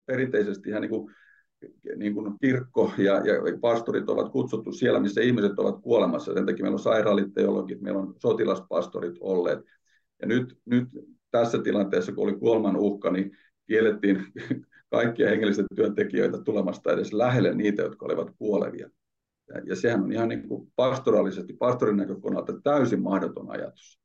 perinteisesti ihan niin kuin kirkko ja pastorit ovat kutsuttu siellä, missä ihmiset ovat kuolemassa. Sen takia meillä on sairaalit, teologit, meillä on sotilaspastorit olleet. Ja nyt tässä tilanteessa, kun oli kuoleman uhka, niin kiellettiin kaikkia hengellisiä työntekijöitä tulemasta edes lähelle niitä, jotka olivat kuolevia. Ja sehän on ihan niin kuin pastoraalisesti, pastorin näkökulmalta täysin mahdoton ajatus.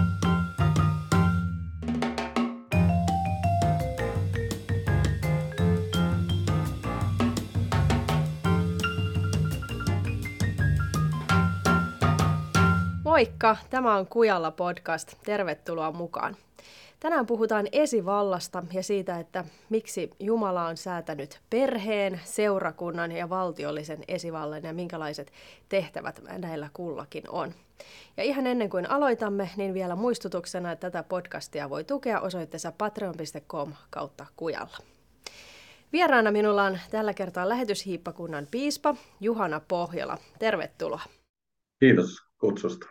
Moikka, tämä on Kujalla podcast. Tervetuloa mukaan. Tänään puhutaan esivallasta ja siitä, että miksi Jumala on säätänyt perheen, seurakunnan ja valtiollisen esivallan ja minkälaiset tehtävät näillä kullakin on. Ja ihan ennen kuin aloitamme, niin vielä muistutuksena, että tätä podcastia voi tukea osoitteessa patreon.com/kujalla. Vieraana minulla on tällä kertaa lähetyshiippakunnan piispa Juhana Pohjola. Tervetuloa. Kiitos kutsusta.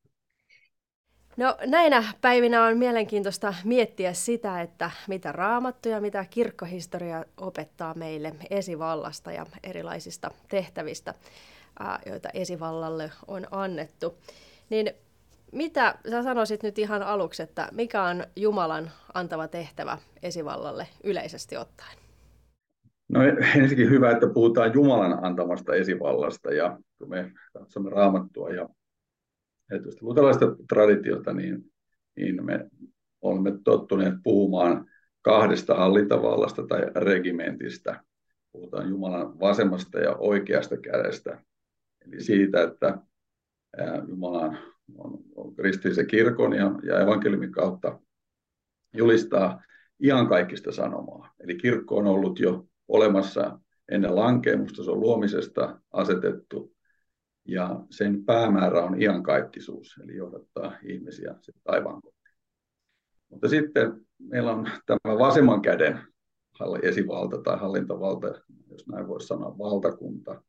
No näinä päivinä on mielenkiintoista miettiä sitä, että mitä Raamattu ja mitä kirkkohistoria opettaa meille esivallasta ja erilaisista tehtävistä, joita esivallalle on annettu. Niin mitä sä sanoisit nyt ihan aluksi, että mikä on Jumalan antava tehtävä esivallalle yleisesti ottaen? No ensinnäkin hyvä, että puhutaan Jumalan antamasta esivallasta, ja kun me katsomme Raamattua ja erityisesti luterilaista traditiota, niin me olemme tottuneet puhumaan kahdesta hallintavallasta tai regimentistä. Puhutaan Jumalan vasemmasta ja oikeasta kädestä. Eli siitä, että Jumala on kristillisen kirkon ja evankeliumin kautta julistaa iankaikkista sanomaa. Eli kirkko on ollut jo olemassa ennen lankeemusta, se on luomisesta asetettu. Ja sen päämäärä on iankaikkisuus, eli johdattaa ihmisiä taivaan kotiin. Mutta sitten meillä on tämä vasemman käden esivalta tai hallintovalta, jos näin voisi sanoa, valtakunta.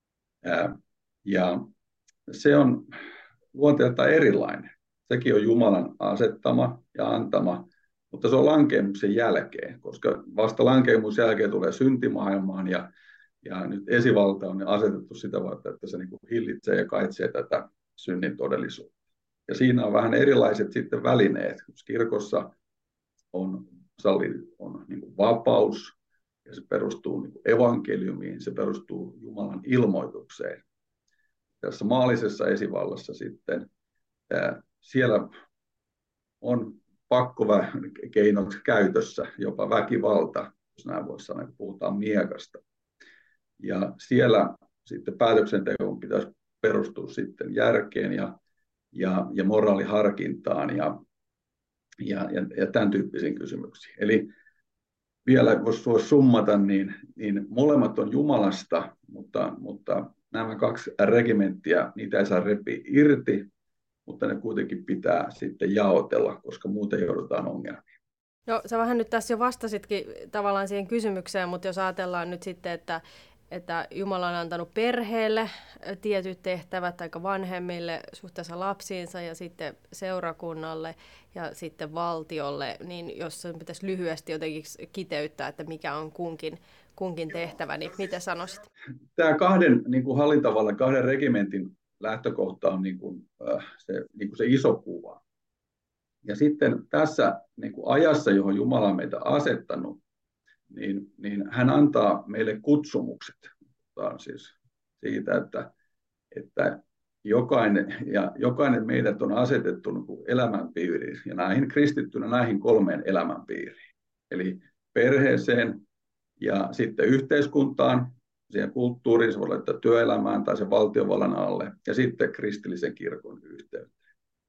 Ja se on luonteeltaan erilainen. Sekin on Jumalan asettama ja antama, mutta se on lankeemuksen jälkeen, koska vasta lankeemuksen jälkeen tulee syntimaailmaan ja nyt esivalta on asetettu sitä varten, että se niin kuin hillitsee ja kaitsee tätä synnin todellisuutta. Ja siinä on vähän erilaiset sitten välineet. Kirkossa on niin kuin vapaus, ja se perustuu niin kuin evankeliumiin, se perustuu Jumalan ilmoitukseen. Tässä maallisessa esivallassa sitten siellä on pakkokeinot käytössä, jopa väkivalta, jos näin voisi sanoa, että puhutaan miekasta. Ja siellä sitten päätöksentekoon pitäisi perustua sitten järkeen ja moraaliharkintaan ja tämän tyyppisiin kysymyksiin. Eli vielä jos voisi summata, niin molemmat on Jumalasta, mutta nämä kaksi regimenttiä, niitä ei saa repiä irti, mutta ne kuitenkin pitää sitten jaotella, koska muuten joudutaan ongelmiin. No sä vähän nyt tässä jo vastasitkin tavallaan siihen kysymykseen, mutta jos ajatellaan nyt sitten, että Jumala on antanut perheelle tietyt tehtävät, aika vanhemmille suhteessa lapsiinsa ja sitten seurakunnalle ja sitten valtiolle, niin jos sen pitäisi lyhyesti jotenkin kiteyttää, että mikä on kunkin tehtävä, niin mitä sanoisit? Tämä kahden niin kuin hallintavallan, kahden regimentin lähtökohta on niin kuin se iso kuva. Ja sitten tässä niin kuin ajassa, johon Jumala on meitä asettanut, niin hän antaa meille kutsumukset. Siis siitä, että jokainen meidät on asetettu elämänpiiriin ja kristittynä näihin kolmeen elämänpiiriin. Eli perheeseen ja sitten yhteiskuntaan, siihen kulttuuriin, se voi laittaa työelämään tai sen valtiovallan alle, ja sitten kristillisen kirkon yhteyteen.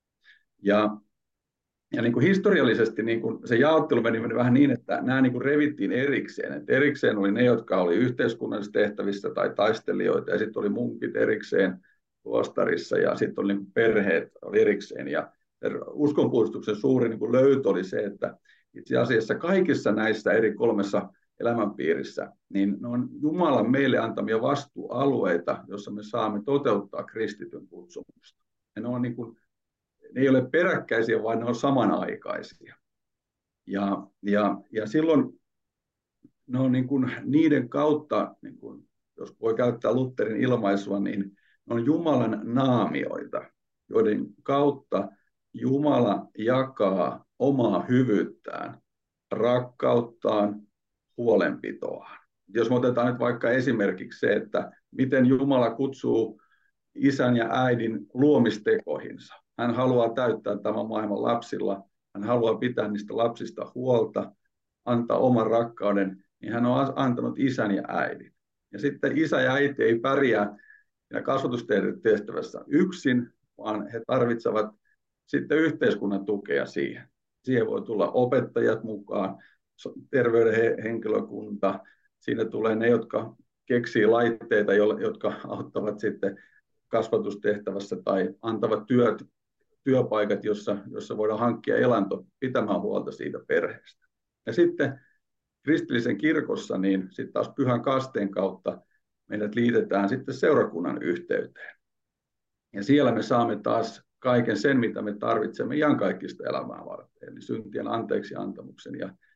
Ja niin kuin historiallisesti niin kuin se jaottelu meni vähän niin, että nämä niin kuin revittiin erikseen. Että erikseen oli ne, jotka oli yhteiskunnallisissa tehtävissä tai taistelijoita, ja sitten oli munkit erikseen luostarissa, ja sitten oli niin kuin perheet erikseen. Ja uskonpuhdistuksen suuri niin kuin löytö oli se, että itse asiassa kaikissa näissä eri kolmessa elämänpiirissä, niin ne on Jumalan meille antamia vastuualueita, joissa me saamme toteuttaa kristityn kutsumusta. Ja ne ei ole peräkkäisiä, vaan ne on samanaikaisia. Ja silloin ne on niin kuin niiden kautta, niin kuin, jos voi käyttää Lutherin ilmaisua, niin ne on Jumalan naamioita, joiden kautta Jumala jakaa omaa hyvyyttään, rakkauttaan, huolenpitoaan. Jos me otetaan nyt vaikka esimerkiksi se, että miten Jumala kutsuu isän ja äidin luomistekoihinsa. Hän haluaa täyttää tämän maailman lapsilla, hän haluaa pitää niistä lapsista huolta, antaa oman rakkauden, niin hän on antanut isän ja äidin. Ja sitten isä ja äiti ei pärjää kasvatustehtävässä yksin, vaan he tarvitsevat sitten yhteiskunnan tukea siihen. Siihen voi tulla opettajat mukaan, terveydenhenkilökunta, siinä tulee ne, jotka keksii laitteita, jotka auttavat sitten kasvatustehtävässä tai antavat työpaikat, jossa voidaan hankkia elanto pitämään huolta siitä perheestä. Ja sitten kristillisen kirkossa, niin sitten taas pyhän kasteen kautta meidät liitetään sitten seurakunnan yhteyteen. Ja siellä me saamme taas kaiken sen, mitä me tarvitsemme iankaikkista elämää varten, eli syntien anteeksi antamuksen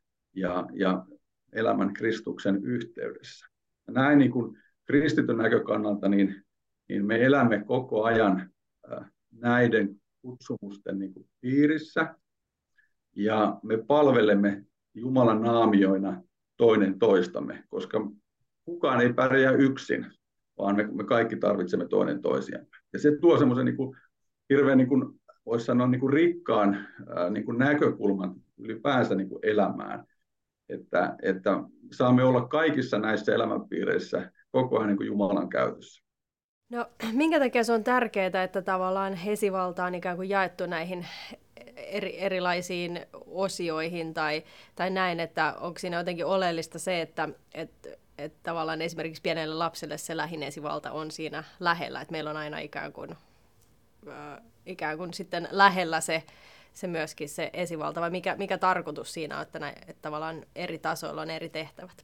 ja elämän Kristuksen yhteydessä. Ja näin niin kuin kristityn näkökannalta, niin me elämme koko ajan näiden kutsumusten niin kuin piirissä, ja me palvelemme Jumalan naamioina toinen toistamme, koska kukaan ei pärjää yksin, vaan me kaikki tarvitsemme toinen toisiamme. Ja se tuo semmoisen niin kuin hirveän, niin kuin, voisi sanoa, niin kuin rikkaan niin kuin näkökulman ylipäänsä niin kuin elämään, että saamme olla kaikissa näissä elämänpiireissä koko ajan niin kuin Jumalan käytössä. No, minkä takia se on tärkeää, että tavallaan esivalta on ikään kuin jaettu näihin erilaisiin osioihin tai näin, että onko siinä jotenkin oleellista se, että tavallaan esimerkiksi pienelle lapselle se lähin esivalta on siinä lähellä, että meillä on aina ikään kuin sitten lähellä se myöskin se esivalta, vai mikä tarkoitus siinä on, että tavallaan eri tasoilla on eri tehtävät?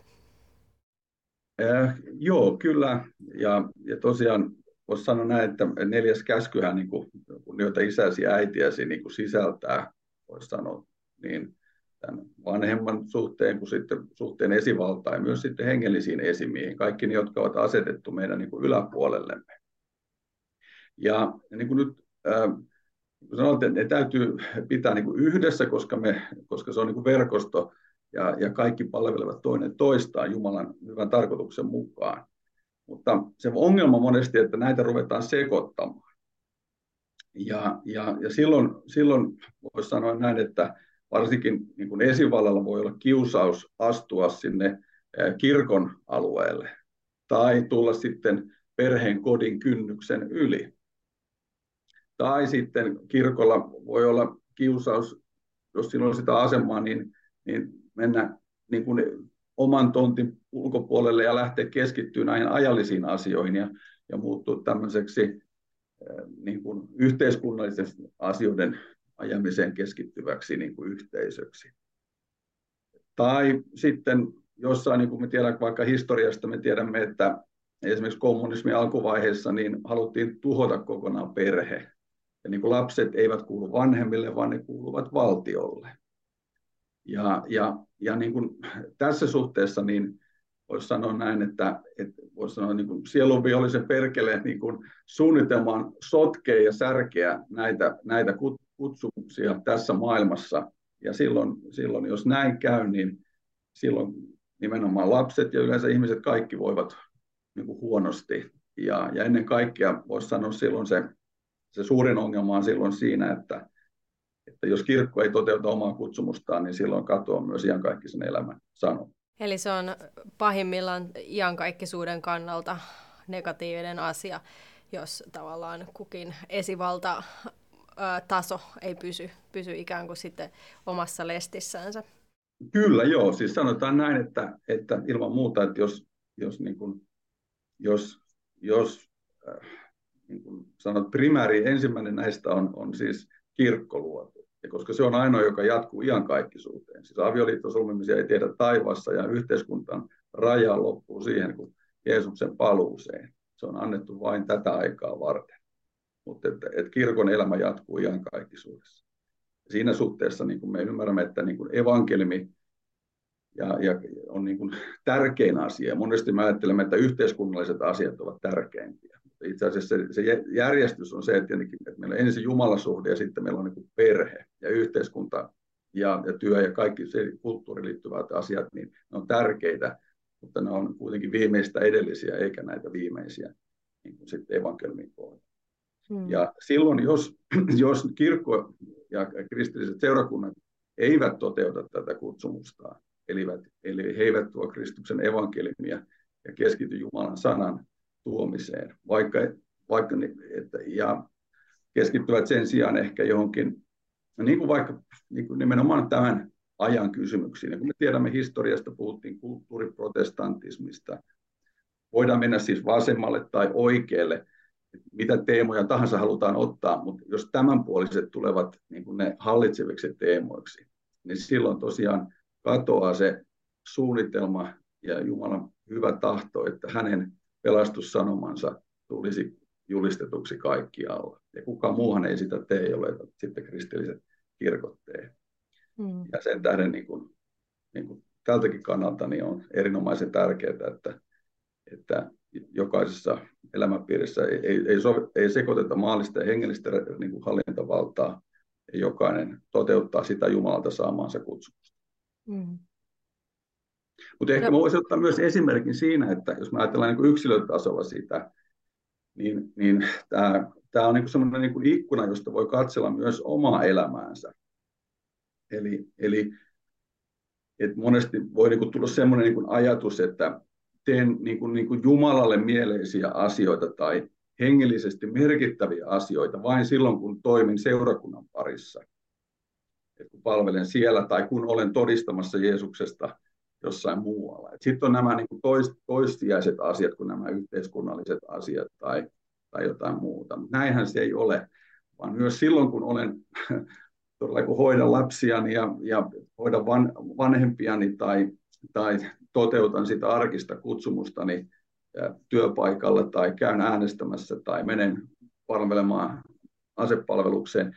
Joo, kyllä. Ja tosiaan voisi sanoa näin, että 4. käskyhän niin kunnioita isäsi ja äitiäsi niin kuin sisältää, voisi sanoa, niin tämän vanhemman suhteen kuin sitten suhteen esivaltaan ja myös sitten hengellisiin esimiehiin, kaikki ne, jotka ovat asetettu meidän niin kuin yläpuolellemme. Ja niin kuin nyt sanoin, että ne täytyy pitää niin kuin yhdessä, koska se on niin kuin verkosto ja kaikki palvelevat toinen toistaan Jumalan hyvän tarkoituksen mukaan. Mutta se ongelma monesti, että näitä ruvetaan sekoittamaan. Ja silloin voisi sanoa näin, että varsinkin niin kuin esivallalla voi olla kiusaus astua sinne kirkon alueelle tai tulla sitten perheen kodin kynnyksen yli. Tai sitten kirkolla voi olla kiusaus, jos sillä on sitä asemaa, niin mennä niin kuin oman tontin ulkopuolelle ja lähteä keskittymään näihin ajallisiin asioihin ja muuttua tämmöiseksi niin kuin yhteiskunnallisten asioiden ajamiseen keskittyväksi niin kuin yhteisöksi. Tai sitten jossain, niin kuin me tiedämme vaikka historiasta, me tiedämme, että esimerkiksi kommunismin alkuvaiheessa niin haluttiin tuhota kokonaan perhe. Ja niin kuin lapset eivät kuulu vanhemmille, vaan ne kuuluvat valtiolle. Ja niin kuin tässä suhteessa niin voisi sanoa näin, että voisi sanoa niin kuin sielunvihollisen perkeleen niin kuin suunnitelmaan sotkea ja särkeä näitä kutsumuksia tässä maailmassa. Ja silloin, jos näin käy, niin silloin nimenomaan lapset ja yleensä ihmiset kaikki voivat niin kuin huonosti. Ja ennen kaikkea voisi sanoa silloin se suurin ongelma on silloin siinä, että jos kirkko ei toteuta omaa kutsumustaan, niin silloin katoaa myös iankaikkisen elämän sano. Eli se on pahimmillaan iankaikkisuuden kannalta negatiivinen asia, jos tavallaan kukin esivalta-taso ei pysy ikään kuin sitten omassa lestissänsä. Kyllä joo, siis sanotaan näin, että ilman muuta, että jos niin kuin sanot primääri, ensimmäinen näistä on siis kirkko luotu. Ja koska se on ainoa, joka jatkuu iankaikkisuuteen. Siis avioliiton solmimisia ei tehdä taivaassa ja yhteiskuntan raja loppuu siihen, kun Jeesuksen paluuseen. Se on annettu vain tätä aikaa varten. Mutta että kirkon elämä jatkuu iankaikkisuudessa. Siinä suhteessa niin kuin me ymmärrämme, että niin kuin evankeliumi ja on niin kuin tärkein asia. Monesti me ajattelemme, että yhteiskunnalliset asiat ovat tärkeimpiä. Itse asiassa se järjestys on se, että meillä on ensin Jumalasuhde ja sitten meillä on niin kuin perhe ja yhteiskunta ja työ ja kaikki se kulttuuriin liittyvät asiat, niin ne on tärkeitä, mutta ne on kuitenkin viimeistä edellisiä eikä näitä viimeisiä niin kuin sitten evankeliumin kohdalla. Ja silloin, jos kirkko ja kristilliset seurakunnat eivät toteuta tätä kutsumustaan, eli he eivät tuo Kristuksen evankeliumia ja keskity Jumalan sanan tuomiseen, ja keskittyvät sen sijaan ehkä johonkin, niin kuin vaikka niin kuin nimenomaan tämän ajan kysymyksiin. Ja kun me tiedämme historiasta, puhuttiin kulttuuriprotestantismista, voidaan mennä siis vasemmalle tai oikealle, mitä teemoja tahansa halutaan ottaa, mutta jos tämänpuoliset tulevat niin kuin ne hallitseviksi teemoiksi, niin silloin tosiaan katoaa se suunnitelma ja Jumalan hyvä tahto, että hänen pelastussanomansa tulisi julistetuksi kaikkialla. Ja kukaan muuhan ei sitä tee, jolle sitten kristilliset kirkot tee. Ja sen tähden niin kuin tältäkin kannalta niin on erinomaisen tärkeää, että jokaisessa elämänpiirissä ei sekoiteta maallista ja hengellistä niin kuin hallintavaltaa, ja jokainen toteuttaa sitä Jumalalta saamaansa kutsumusta. Mutta ehkä mä voisin ottaa myös esimerkin siinä, että jos me ajatellaan niin kuin yksilötasolla sitä, niin tämä on niin kuin sellainen niin kuin ikkuna, josta voi katsella myös omaa elämäänsä. Eli että monesti voi niin kuin tulla sellainen niin kuin ajatus, että teen niin kuin Jumalalle mieleisiä asioita tai hengellisesti merkittäviä asioita vain silloin, kun toimin seurakunnan parissa. Et kun palvelen siellä tai kun olen todistamassa Jeesuksesta jossain muualla. Sitten on nämä niin kuin toissijaiset asiat kuin nämä yhteiskunnalliset asiat tai jotain muuta. Näinhän se ei ole, vaan myös silloin, kun olen todella kun hoidan lapsiani ja hoidan vanhempiani tai toteutan sitä arkista kutsumustani työpaikalla tai käyn äänestämässä tai menen palvelemaan asepalvelukseen,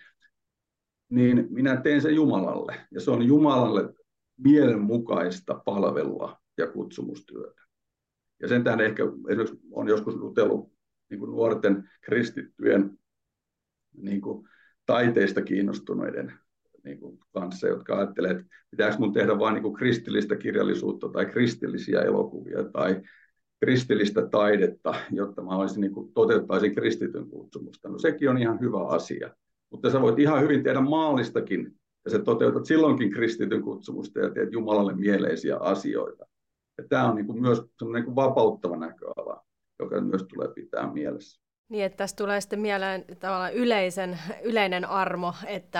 niin minä teen sen Jumalalle. Ja se on Jumalalle mielenmukaista palvelua ja kutsumustyötä. Ja sen tähden ehkä esimerkiksi olen joskus jutellut niin kuin nuorten kristittyjen niin kuin taiteista kiinnostuneiden niin kuin kanssa, jotka ajattelee, että pitääkö mun tehdä vain niin kuin kristillistä kirjallisuutta tai kristillisiä elokuvia tai kristillistä taidetta, jotta mä niin kuin toteuttaisin kristityn kutsumusta. No sekin on ihan hyvä asia, mutta sä voit ihan hyvin tehdä maallistakin, ja sä toteutat silloinkin kristityn kutsumusta ja teet Jumalalle mieleisiä asioita. Ja tämä on niin kuin myös semmoinen niin kuin vapauttava näköala, joka myös tulee pitää mielessä. Niin, että tässä tulee sitten mieleen tavallaan yleinen armo,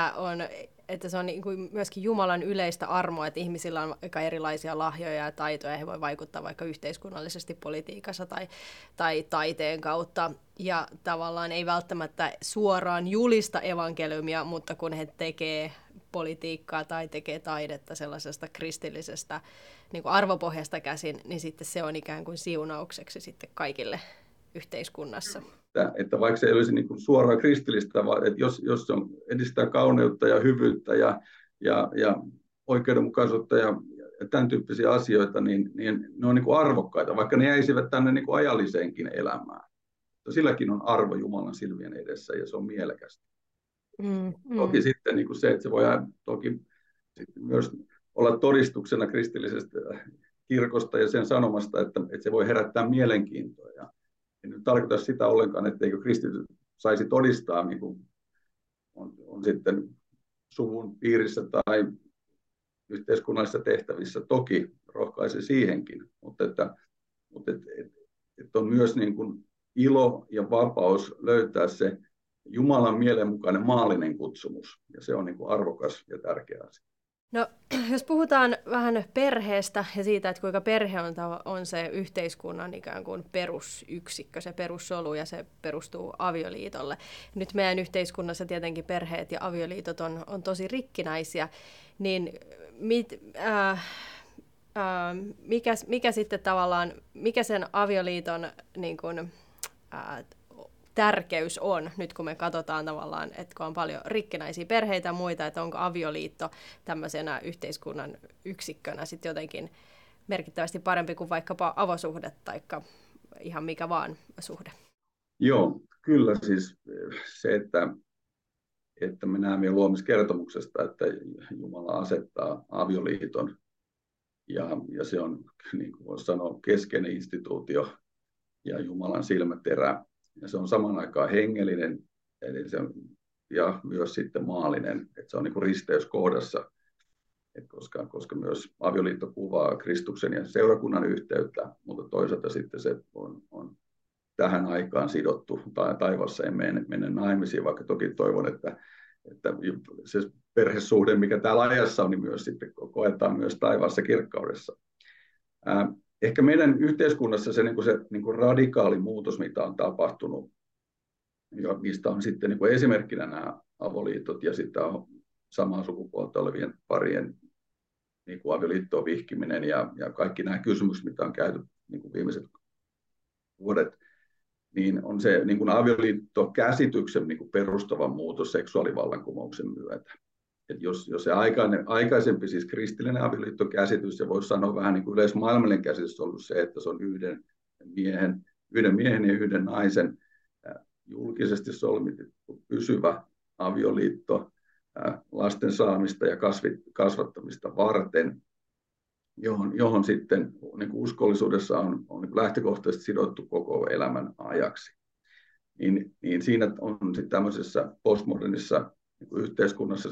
että se on niin kuin myöskin Jumalan yleistä armoa, että ihmisillä on aika erilaisia lahjoja ja taitoja, ja he voi vaikuttaa vaikka yhteiskunnallisesti politiikassa tai taiteen kautta, ja tavallaan ei välttämättä suoraan julista evankeliumia, mutta kun he tekee politiikkaa tai tekee taidetta sellaisesta kristillisestä niin kuin arvopohjasta käsin, niin sitten se on ikään kuin siunaukseksi sitten kaikille yhteiskunnassa. Että vaikka se ei olisi niin kuin suoraan kristillistä, vaan että jos se on edistää kauneutta ja hyvyyttä ja oikeudenmukaisuutta ja tämän tyyppisiä asioita, niin ne on niin kuin arvokkaita, vaikka ne jäisivät tänne niin kuin ajalliseenkin elämään. Silläkin on arvo Jumalan silmien edessä ja se on mielekästä. Toki sitten niin kuin se, että se voi toki myös olla todistuksena kristillisestä kirkosta ja sen sanomasta, että se voi herättää mielenkiintoa. En nyt tarkoita sitä ollenkaan, etteikö kristityt saisi todistaa, niin kuin on sitten suvun piirissä tai yhteiskunnallisissa tehtävissä. Toki rohkaisen siihenkin, mutta että on myös niin kuin ilo ja vapaus löytää se Jumalan mielenmukainen maallinen kutsumus, ja se on niin kuin arvokas ja tärkeä asia. No, jos puhutaan vähän perheestä ja siitä, että kuinka perhe on se yhteiskunnan ikään kuin perusyksikkö, se perussolu ja se perustuu avioliitolle. Nyt meidän yhteiskunnassa tietenkin perheet ja avioliitot on tosi rikkinäisiä, niin mikä sitten tavallaan, mikä sen avioliiton niin kuin, tärkeys on, nyt kun me katsotaan tavallaan, että kun on paljon rikkinäisiä perheitä ja muita, että onko avioliitto tämmöisenä yhteiskunnan yksikkönä sitten jotenkin merkittävästi parempi kuin vaikkapa avosuhde tai ihan mikä vaan suhde. Joo, kyllä siis se, että me näemme luomiskertomuksesta, että Jumala asettaa avioliiton ja se on, niin kuin voisi sanoa, keskeinen instituutio ja Jumalan silmäterä. Ja se on saman aikaan hengellinen eli se on, ja myös sitten maallinen, että se on niin kuin risteyskohdassa, koska myös avioliitto kuvaa Kristuksen ja seurakunnan yhteyttä, mutta toisaalta sitten se on tähän aikaan sidottu taivaassa, en mene naimisiin, vaikka toki toivon, että se perhesuhde, mikä täällä ajassa on, niin myös sitten koetaan myös taivaassa kirkkaudessa. Ehkä meidän yhteiskunnassa se radikaali muutos, mitä on tapahtunut, ja mistä on sitten niin kuin esimerkkinä nämä avoliitot ja sitten samaa sukupuolta olevien parien niin kuin avioliittoon vihkiminen ja kaikki nämä kysymykset, mitä on käyty niin kuin viimeiset vuodet, niin on se niin kuin avioliittokäsityksen niin kuin perustava muutos seksuaalivallankumouksen myötä. Et jos se aikaisempi siis kristillinen avioliittokäsitys, se voisi sanoa vähän niin kuin yleismaailmallinen käsitys on ollut se, että se on yhden miehen ja yhden naisen julkisesti solmittu pysyvä avioliitto lasten saamista ja kasvattamista varten, johon sitten niin kuin uskollisuudessa on niin kuin lähtökohtaisesti sidottu koko elämän ajaksi. Niin siinä on sitten tämmöisessä postmodernissa niin kuin yhteiskunnassa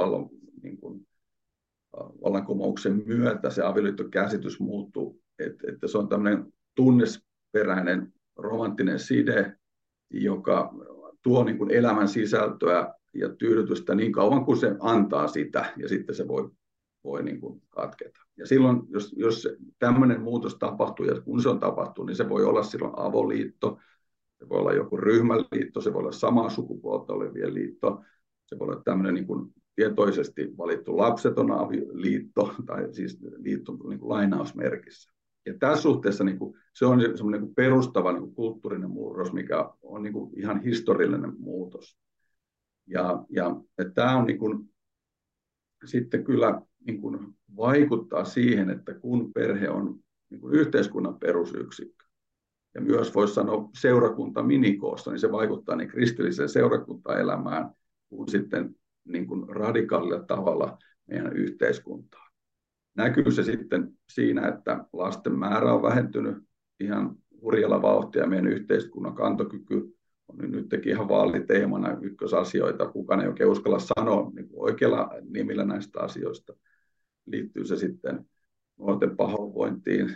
seksuaalivallankumouksen myötä se avioliittokäsitys muuttuu, että se on tämmöinen tunnesperäinen romanttinen side, joka tuo niin kuin elämän sisältöä ja tyydytystä niin kauan kuin se antaa sitä, ja sitten se voi niin kuin katketa. Ja silloin, jos tämmöinen muutos tapahtuu, ja kun se on tapahtunut, niin se voi olla silloin avoliitto, se voi olla joku ryhmäliitto, se voi olla samaa sukupuolta olevien liitto, se voi olla tämmöinen niin kuin tietoisesti valittu lapseton avioliitto, tai siis liitto niin kuin lainausmerkissä. Ja tässä suhteessa niin kuin, se on semmoinen niin perustava niin kuin kulttuurinen murros, mikä on niin kuin ihan historiallinen muutos. Ja tämä on niin kuin, sitten kyllä niin kuin vaikuttaa siihen, että kun perhe on niin kuin yhteiskunnan perusyksikkö, ja myös voisi sanoa seurakunta minikoossa, niin se vaikuttaa niin kristilliseen seurakuntaelämään kuin sitten niin kuin radikaalilla tavalla meidän yhteiskuntaan. Näkyy se sitten siinä, että lasten määrä on vähentynyt ihan hurjalla vauhtia, meidän yhteiskunnan kantokyky on nytkin ihan vaaliteemana ykkösasioita. Kukaan ei oikein uskalla sanoa niin oikealla nimillä näistä asioista. Liittyy se sitten nuorten pahoinvointiin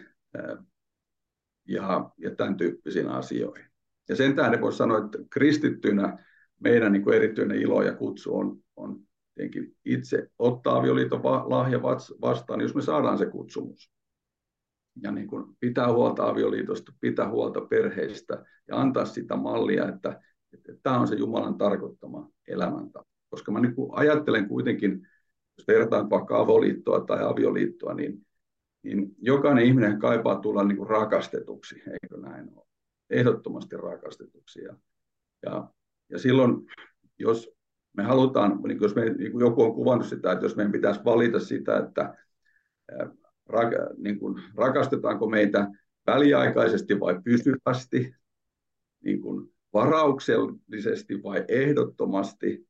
ja tämän tyyppisiin asioihin. Ja sen tähden voi sanoa, että kristittynä meidän niin kuin erityinen ilo ja kutsu on tietenkin itse ottaa avioliiton lahja vastaan, jos me saadaan se kutsumus. Ja niin kuin pitää huolta avioliitosta, pitää huolta perheistä ja antaa sitä mallia, että tämä on se Jumalan tarkoittama elämäntapa. Koska mä niin kuin ajattelen kuitenkin, jos vertaan vaikka avoliittoa tai avioliittoa, niin jokainen ihminen kaipaa tulla niin kuin rakastetuksi, eikö näin ole? Ehdottomasti rakastetuksi. Ja silloin, jos me halutaan, niin jos niin kuin joku on kuvannut sitä, että jos meidän pitäisi valita sitä, että niin kuin, rakastetaanko meitä väliaikaisesti vai pysyvästi, niin kuin varauksellisesti vai ehdottomasti,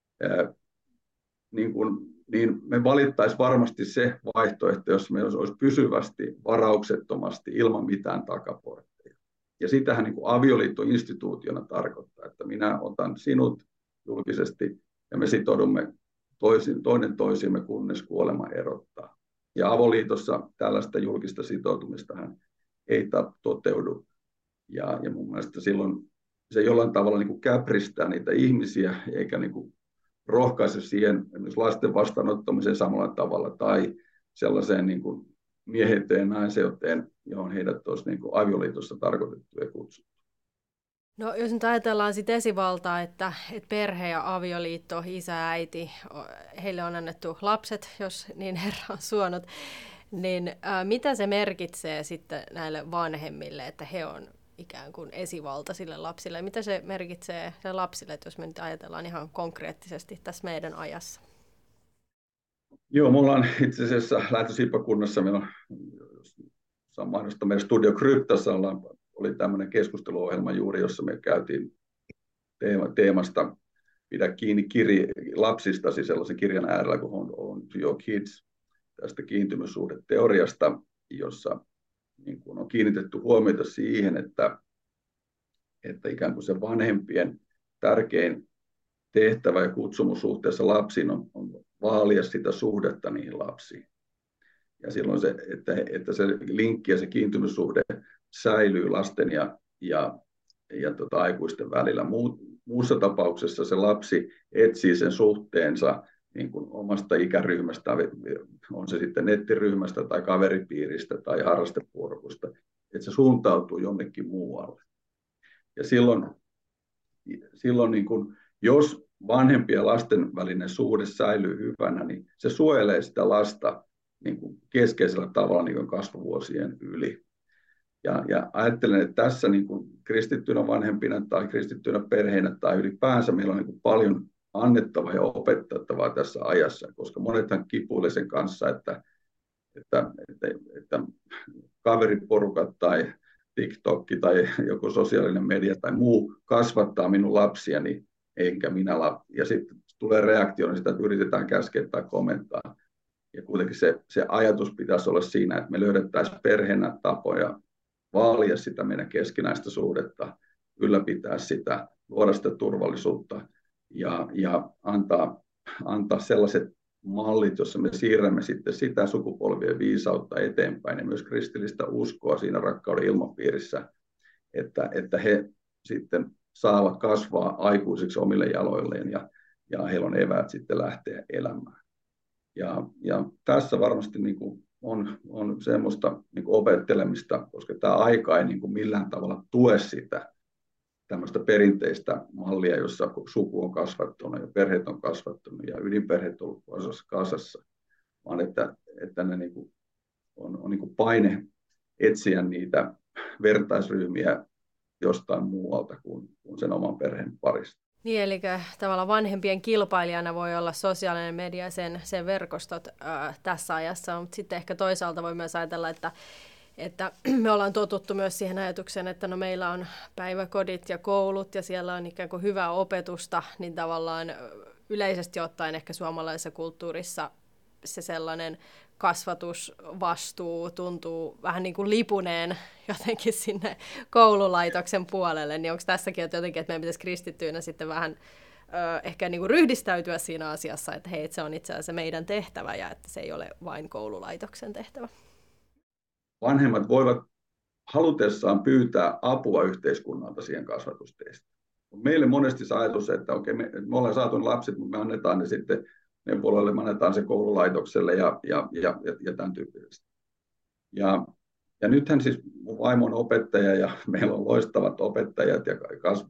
niin me valittaisiin varmasti se vaihtoehto, jos meillä olisi pysyvästi, varauksettomasti, ilman mitään takaportteja. Ja sitähän niin kuin avioliitto instituutiona tarkoittaa, että minä otan sinut julkisesti ja me sitoudumme toinen toisiimme, kunnes kuolema erottaa. Ja avoliitossa tällaista julkista sitoutumistahan ei toteudu. Ja mun mielestä silloin se jollain tavalla niin kuin käpristää niitä ihmisiä, eikä niin kuin rohkaise siihen lasten vastaanottamiseen samalla tavalla tai sellaiseen niin kuin mieheyteen ja naiseuteen, johon heidät olisi niin kuin avioliitossa tarkoitettu ja kutsuttu. No jos nyt ajatellaan sit esivaltaa, että perhe ja avioliitto, isä ja äiti, heille on annettu lapset, jos niin Herra on suonut, niin mitä se merkitsee sitten näille vanhemmille, että he on ikään kuin esivalta sille lapsille. Mitä se merkitsee sille lapsille, että jos me nyt ajatellaan ihan konkreettisesti tässä meidän ajassa? Joo, me ollaan itse asiassa lähetyshiippakunnassa, meillä on, saan mainostaa, meidän Studio Kryptassa oli tämmöinen keskusteluohjelma juuri, jossa me käytiin teemasta Pidä kiinni lapsistasi sellaisen kirjan äärellä kuin On Your Kids, tästä kiintymyssuhdeteoriasta, jossa niin kuin on kiinnitetty huomiota siihen, että ikään kuin se vanhempien tärkein tehtävä ja kutsumus suhteessa lapsiin on vaalia sitä suhdetta niihin lapsiin. Ja silloin se, että se linkki ja se kiintymyssuhde säilyy lasten ja aikuisten välillä. Muussa tapauksessa se lapsi etsii sen suhteensa niin kuin omasta ikäryhmästä, on se sitten nettiryhmästä tai kaveripiiristä tai harrastepuorokusta, että se suuntautuu jonnekin muualle. Ja silloin niin kuin, jos vanhempien ja lasten välinen suhde säilyy hyvänä, niin se suojelee sitä lasta niin kuin keskeisellä tavalla niin kuin kasvuvuosien yli. Ja ajattelen, että tässä niin kuin kristittynä vanhempina tai kristittynä perheinä tai ylipäänsä meillä on niin kuin paljon annettavaa ja opetettavaa tässä ajassa, koska monethan kipuilee sen kanssa, että kaveriporukat tai TikTok tai joku sosiaalinen media tai muu kasvattaa minun lapsiani, enkä minä lapsi. Ja sitten tulee reaktiona sitä, että yritetään käskeä tai komentaa. Ja kuitenkin se ajatus pitäisi olla siinä, että me löydettäisiin perheenä tapoja vaalia sitä meidän keskinäistä suhdetta, ylläpitää sitä, luoda sitä turvallisuutta ja antaa sellaiset mallit, jossa me siirrämme sitten sitä sukupolvien viisautta eteenpäin ja myös kristillistä uskoa siinä rakkauden ilmapiirissä, että he sitten saavat kasvaa aikuisiksi omille jaloilleen ja heillä on eväät sitten lähteä elämään. Ja tässä varmasti niin kuin on semmoista niin kuin opettelemista, koska tämä aika ei niin kuin millään tavalla tue sitä tämmöistä perinteistä mallia, jossa suku on kasvattunut ja perheet on kasvattunut ja ydinperheet on ollut kasassa, vaan että ne niin kuin on niin kuin paine etsiä niitä vertaisryhmiä jostain muualta kuin sen oman perheen parista. Niin, eli tavallaan vanhempien kilpailijana voi olla sosiaalinen media, sen verkostot tässä ajassa, mutta sitten ehkä toisaalta voi myös ajatella, että me ollaan totuttu myös siihen ajatukseen, että no meillä on päiväkodit ja koulut ja siellä on ikään kuin hyvää opetusta, niin tavallaan yleisesti ottaen ehkä suomalaisessa kulttuurissa se sellainen kasvatusvastuu tuntuu vähän niin kuin lipuneen jotenkin sinne koululaitoksen puolelle, niin onko tässäkin jotenkin, että meidän pitäisi kristittyinä sitten vähän ehkä niin kuin ryhdistäytyä siinä asiassa, että hei, että se on itse asiassa meidän tehtävä ja että se ei ole vain koululaitoksen tehtävä. Vanhemmat voivat halutessaan pyytää apua yhteiskunnalta siihen kasvatustehtävään. Meille monesti se ajatus, että okei, me ollaan saatu lapset, mutta me annetaan ne sitten neuvoloille, me annetaan se koululaitokselle ja tämän tyyppisesti. Ja nythän siis mun vaimo on opettaja ja meillä on loistavat opettajat ja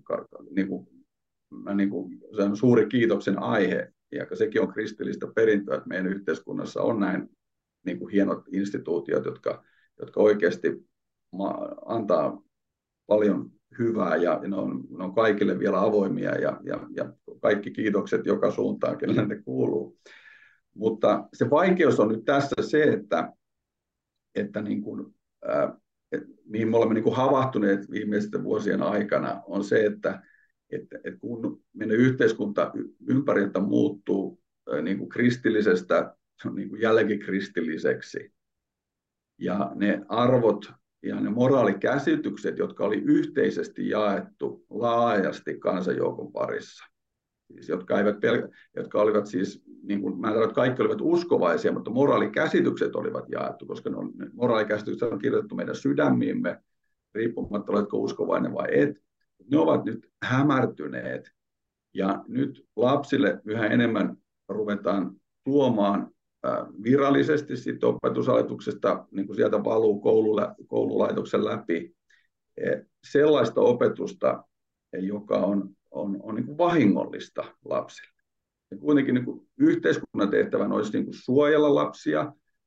se on suuri kiitoksen aihe. Ja sekin on kristillistä perintöä, että meidän yhteiskunnassa on näin niin kuin hienot instituutiot, jotka oikeasti antaa paljon hyvää ja ne on kaikille vielä avoimia ja kaikki kiitokset joka suuntaan, kenelle ne kuuluu. Mutta se vaikeus on nyt tässä se, että niin kuin, mihin me olemme niin kuin havahtuneet viimeisten vuosien aikana, on se, että kun meidän yhteiskunta ympäriltä muuttuu niin kuin kristillisestä niin kuin jälkikristilliseksi, ja ne arvot ja ne moraalikäsitykset, jotka oli yhteisesti jaettu laajasti kansanjoukon parissa, siis jotka olivat siis, niin kuin, mä en tiedä, että kaikki olivat uskovaisia, mutta moraalikäsitykset olivat jaettu, koska ne moraalikäsitykset on kirjoitettu meidän sydämiimme, riippumatta oletko uskovainen vai et. Ne ovat nyt hämärtyneet ja nyt lapsille yhä enemmän ruvetaan tuomaan virallisesti sitten opetushallituksesta, niin kuin sieltä valuu koululaitoksen läpi, sellaista opetusta, joka on niin kuin vahingollista lapsille. Ja kuitenkin niin kuin yhteiskunnan tehtävän olisi niin kuin suojella lapsia,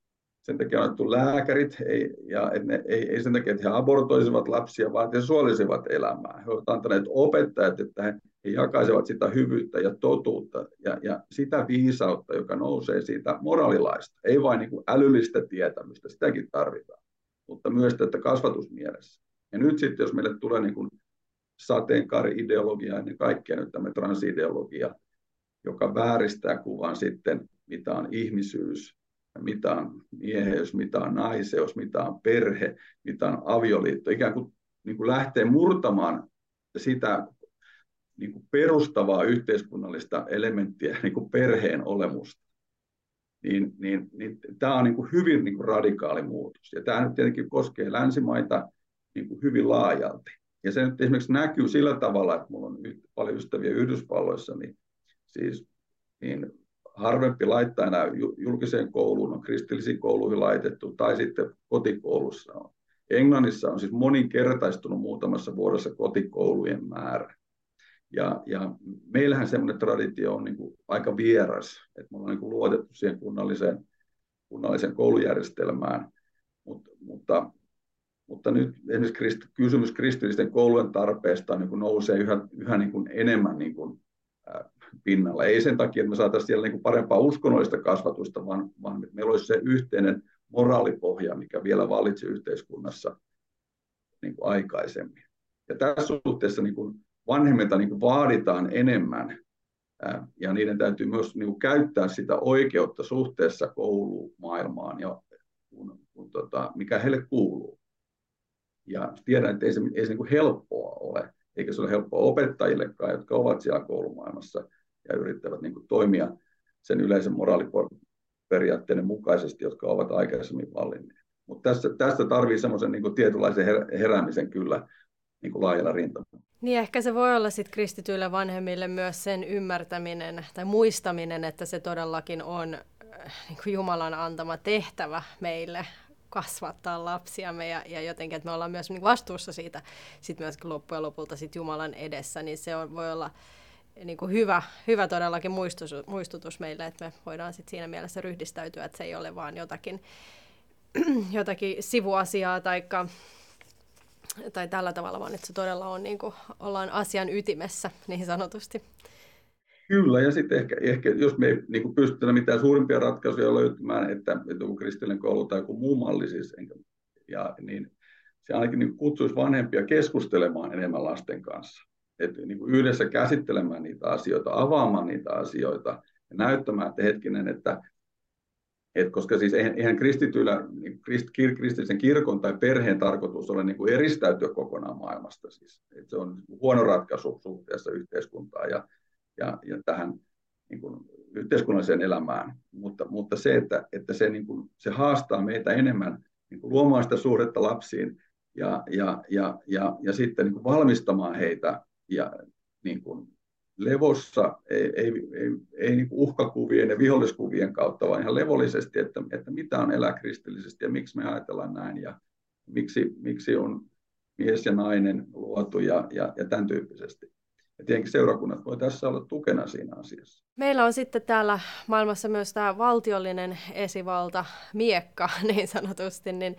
sen takia on annettu lääkärit, ei sen takia, että he abortoisivat lapsia, vaan että he suolisivat elämää. He ovat antaneet opettajat, että he jakaisivat sitä hyvyyttä ja totuutta ja sitä viisautta, joka nousee siitä moraalilaista. Ei vain niin kuin älyllistä tietämystä, sitäkin tarvitaan, mutta myös tätä kasvatusmielessä. Ja nyt sitten, jos meille tulee niin kuin sateenkaari-ideologia ja ennen kaikkea nyt tämä transideologia, joka vääristää kuvan sitten, mitä on ihmisyys, mitä on mieheys, mitä on naiseus, mitä on perhe, mitä on avioliitto, ikään kuin, lähtee murtamaan sitä niin kuin perustavaa yhteiskunnallista elementtiä, niin kuin perheen olemusta. Niin tämä on niin kuin hyvin niin kuin radikaali muutos. Ja tämä nyt tietenkin koskee länsimaita niin kuin hyvin laajalti. Ja se nyt esimerkiksi näkyy sillä tavalla, että minulla on paljon ystäviä Yhdysvalloissa, niin harvempi laittaa enää julkiseen kouluun, on kristillisiin kouluihin laitettu, tai sitten kotikoulussa on. Englannissa on siis moninkertaistunut muutamassa vuodessa kotikoulujen määrä. Ja meillähän semmoinen traditio on niin kuin aika vieras, että me ollaan niin kuin luotettu siihen kunnalliseen koulujärjestelmään, mutta nyt esimerkiksi kysymys kristillisten koulujen tarpeesta niin kuin nousee yhä niin kuin enemmän niin kuin pinnalla. Ei sen takia, että me saataisiin siellä niin kuin parempaa uskonnollista kasvatusta, vaan meillä olisi se yhteinen moraalipohja, mikä vielä vallitsi yhteiskunnassa niin kuin aikaisemmin. Ja tässä suhteessa niin kuin vanhemmilta niin kuin vaaditaan enemmän, ja niiden täytyy myös niin kuin käyttää sitä oikeutta suhteessa koulumaailmaan, mikä heille kuuluu. Ja tiedän, että ei se niin kuin helppoa ole, eikä se ole helppoa opettajillekaan, jotka ovat siellä koulumaailmassa ja yrittävät niin kuin toimia sen yleisen moraaliperiaatteiden mukaisesti, jotka ovat aikaisemmin vallinneet. Mutta tässä tarvitsee semmoisen niin kuin tietynlaisen heräämisen kyllä niin kuin laajalla rintamalla. Niin ehkä se voi olla sitten kristityille vanhemmille myös sen ymmärtäminen tai muistaminen, että se todellakin on niin kuin Jumalan antama tehtävä meille kasvattaa lapsiamme ja jotenkin, että me ollaan myös niin vastuussa siitä sit myös loppujen lopulta sit Jumalan edessä, niin se voi olla niin kuin hyvä todellakin muistutus meille, että me voidaan sit siinä mielessä ryhdistäytyä, että se ei ole vaan jotakin sivuasiaa tai tällä tavalla, vaan että se todella on niin kuin, ollaan asian ytimessä niin sanotusti. Kyllä, ja sitten ehkä jos me ei niin pystytä mitään suurimpia ratkaisuja löytämään, että joku kristillinen koulu tai joku muu malli, niin se ainakin niin kutsuisi vanhempia keskustelemaan enemmän lasten kanssa. Että niin yhdessä käsittelemään niitä asioita, avaamaan niitä asioita ja näyttämään, että hetkinen, että koska siis eihän kristityillä, kristillisen kirkon tai perheen tarkoitus ole niin kuin eristäytyä kokonaan maailmasta. Siis. Että se on huono ratkaisu suhteessa yhteiskuntaan ja tähän niin kuin yhteiskunnalliseen elämään, mutta se, että se, niin kuin, se haastaa meitä enemmän niin kuin luomaan sitä suhdetta lapsiin ja sitten niin kuin valmistamaan heitä ja niin kuin levossa, ei niin kuin uhkakuvien ja viholliskuvien kautta, vaan ihan levollisesti, että mitä on elää kristillisesti ja miksi me ajatellaan näin ja miksi on mies ja nainen luotu ja tämän tyyppisesti. Ja tietenkin seurakunnat voi tässä olla tukena siinä asiassa. Meillä on sitten täällä maailmassa myös tämä valtiollinen esivalta, miekka niin sanotusti, niin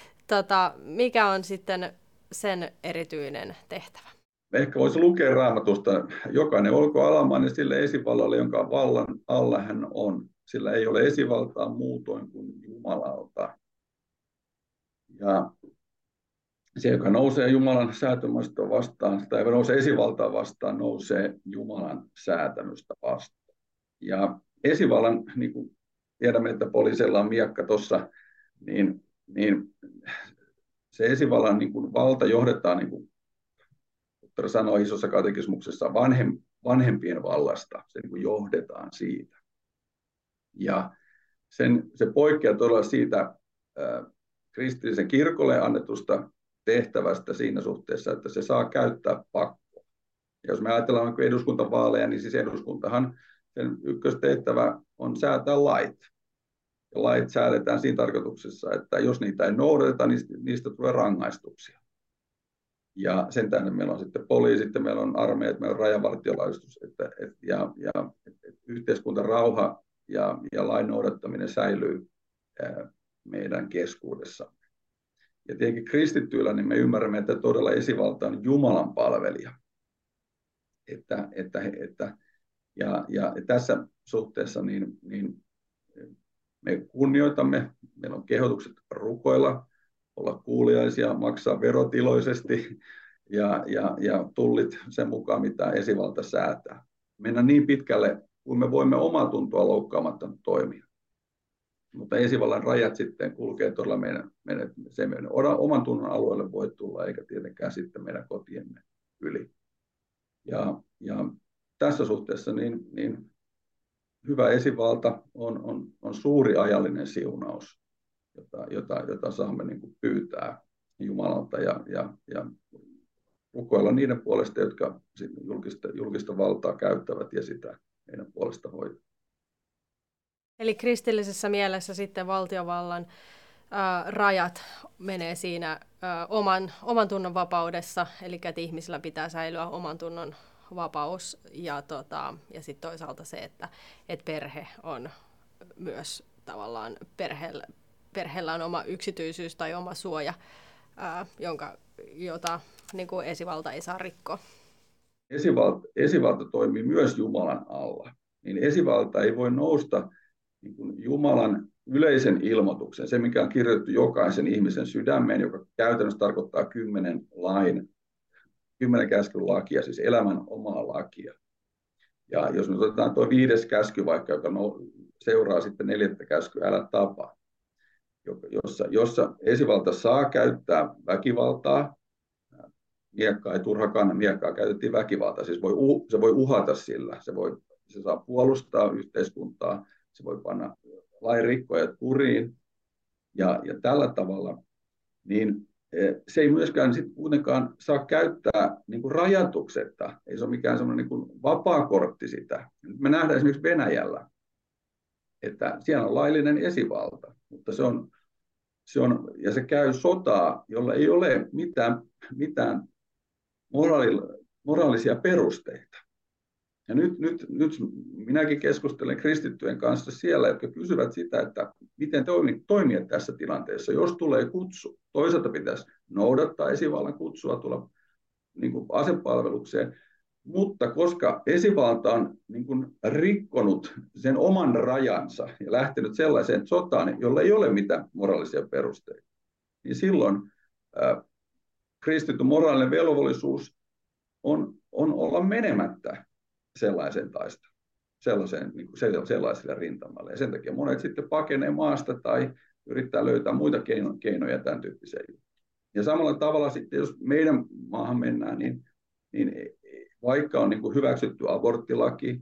mikä on sitten sen erityinen tehtävä? Ehkä voisi lukea Raamatusta, jokainen olkoon alamainen sille esivallalle, jonka vallan alla hän on. Sillä ei ole esivaltaa muutoin kuin Jumalalta. Ja se, joka nousee Jumalan säätämistä vastaan, tai nousee esivaltaa vastaan, nousee Jumalan säätämystä vastaan. Ja esivallan, niin kuin tiedämme, että poliisilla on miekka tuossa, niin se esivallan niin kuin valta johdetaan, niin kuin Luther sanoi isossa katekismuksessa, vanhempien vallasta. Se niin kuin johdetaan siitä. Ja se poikkeaa todella siitä kristillisen kirkolle annetusta tehtävästä siinä suhteessa, että se saa käyttää pakkoa. Ja jos me ajatellaan eduskuntavaaleja, niin siis eduskuntahan sen ykköstehtävä on säätää lait. Ja lait säädetään siinä tarkoituksessa, että jos niitä ei noudateta, niin niistä tulee rangaistuksia. Ja sen tähden meillä on sitten poliisit, meillä on armeijat, meillä on rajavartiolaisuus, ja yhteiskuntarauha ja lain noudattaminen säilyy meidän keskuudessamme. Ja tietenkin kristittyillä niin me ymmärrämme, että todella esivalta on Jumalan palvelija. Ja tässä suhteessa niin me kunnioitamme, meillä on kehotukset rukoilla, olla kuuliaisia, maksaa verot iloisesti ja tullit sen mukaan, mitä esivalta säätää. Mennä niin pitkälle, kuin me voimme omaa tuntoa loukkaamatta toimia. Mutta esivallan rajat sitten kulkee todella meidän oman tunnon alueelle voi tulla, eikä tietenkään sitten meidän kotiemme yli. Ja tässä suhteessa niin hyvä esivalta on suuri ajallinen siunaus, jota saamme niin kuin pyytää Jumalalta ja rukoilla niiden puolesta, jotka julkista valtaa käyttävät ja sitä meidän puolesta hoitaa. Eli kristillisessä mielessä sitten valtiovallan rajat menee siinä oman tunnon vapaudessa, eli että ihmisillä pitää säilyä oman tunnon vapaus ja sitten toisaalta se, että perhe on myös tavallaan perheellä on oma yksityisyys tai oma suoja, jota niin kuin esivalta ei saa rikkoa. Esivalta toimii myös Jumalan alla. Niin esivalta ei voi nousta niin kuin Jumalan yleisen ilmoituksen, se mikä on kirjoitettu jokaisen ihmisen sydämeen, joka käytännössä tarkoittaa 10 käskyn lakia, siis elämän omaa lakia. Ja jos nyt otetaan tuo 5. käsky vaikka, joka seuraa sitten 4. käskyä, älä tapa, jossa esivalta saa käyttää väkivaltaa, miekkaa ei turhakaan, miekkaa käytettiin väkivaltaa, siis se voi uhata sillä, se saa puolustaa yhteiskuntaa, se voi panna lainrikkojat kuriin ja tällä tavalla, niin se ei myöskään sit kuitenkaan saa käyttää niin kuin rajatuksetta, ei se ole mikään semmoinen niin kuin vapaa kortti sitä. Me nähdään esimerkiksi Venäjällä, että siellä on laillinen esivalta, mutta se käy sotaa, jolla ei ole mitään moraalisia perusteita. Ja nyt minäkin keskustelen kristittyjen kanssa siellä, jotka kysyvät sitä, että miten toimia tässä tilanteessa, jos tulee kutsu. Toisaalta pitäisi noudattaa esivallan kutsua tulla niin kuin asepalvelukseen, mutta koska esivalta on niin kuin rikkonut sen oman rajansa ja lähtenyt sellaiseen sotaan, jolla ei ole mitään moraalisia perusteita, niin silloin kristitty moraalinen velvollisuus on olla menemättä sellaiseen taisteluun, sellaiselle rintamalle. Ja sen takia monet sitten pakenee maasta tai yrittää löytää muita keinoja tämän tyyppiseen. Ja samalla tavalla sitten, jos meidän maahan mennään, niin vaikka on niin kuin hyväksytty aborttilaki,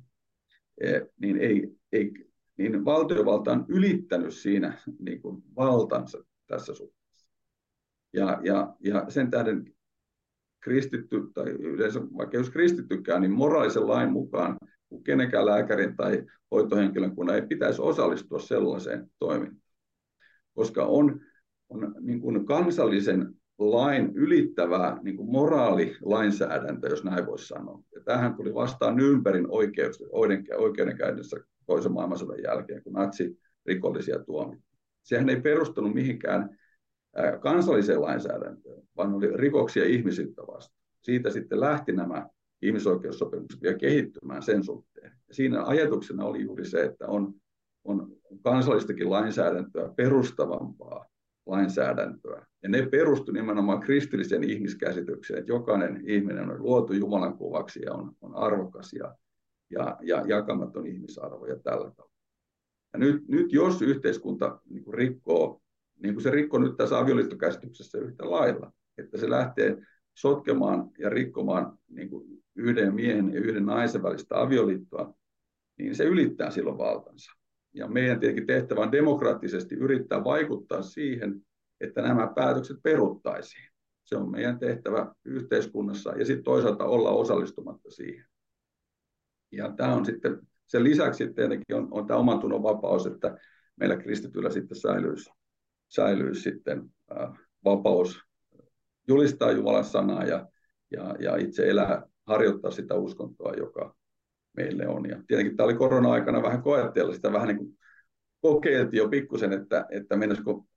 niin valtiovalta on ylittänyt siinä niin kuin valtansa tässä suhteessa. Ja sen tähden kristitty, tai yleensä vaikka jos kristittykään, niin moraalisen lain mukaan kenenkään lääkärin tai hoitohenkilökunnan ei pitäisi osallistua sellaiseen toimintaan, koska on niin kuin kansallisen lain ylittävää niin kuin moraalilainsäädäntö, jos näin voisi sanoa. Ja tähän tuli vastaan Nürnbergin oikeudenkäynnissä toisen maailmansodan jälkeen, kun natsirikollisia tuomittiin. Sehän ei perustunut mihinkään kansalliseen lainsäädäntöön, vaan oli rikoksia ihmisyyttä vastaan. Siitä sitten lähti nämä ihmisoikeussopimukset vielä kehittymään sen suhteen. Ja siinä ajatuksena oli juuri se, että on kansallistakin lainsäädäntöä perustavampaa lainsäädäntöä. Ja ne perustu nimenomaan kristilliseen ihmiskäsitykseen, että jokainen ihminen on luotu Jumalan kuvaksi ja on arvokas ja jakamaton ihmisarvo ja tällä tavalla. Ja nyt jos yhteiskunta niin kuin rikkoo, niin kuin se rikkoo nyt tässä avioliittokäsityksessä yhtä lailla, että se lähtee sotkemaan ja rikkomaan niin kuin yhden miehen ja yhden naisen välistä avioliittoa, niin se ylittää silloin valtansa. Ja meidän tietenkin tehtävä on demokraattisesti yrittää vaikuttaa siihen, että nämä päätökset peruttaisiin. Se on meidän tehtävä yhteiskunnassa ja sitten toisaalta olla osallistumatta siihen. Ja tämä on sitten, sen lisäksi tietenkin on tämä omantunnon vapaus, että meillä kristityillä sitten säilyisi sitten vapaus julistaa Jumalan sanaa ja itse harjoittaa sitä uskontoa, joka meille on. Ja tietenkin tämä oli korona-aikana vähän koetteella, sitä vähän niin kuin kokeiltiin jo pikkusen, että mennäisikö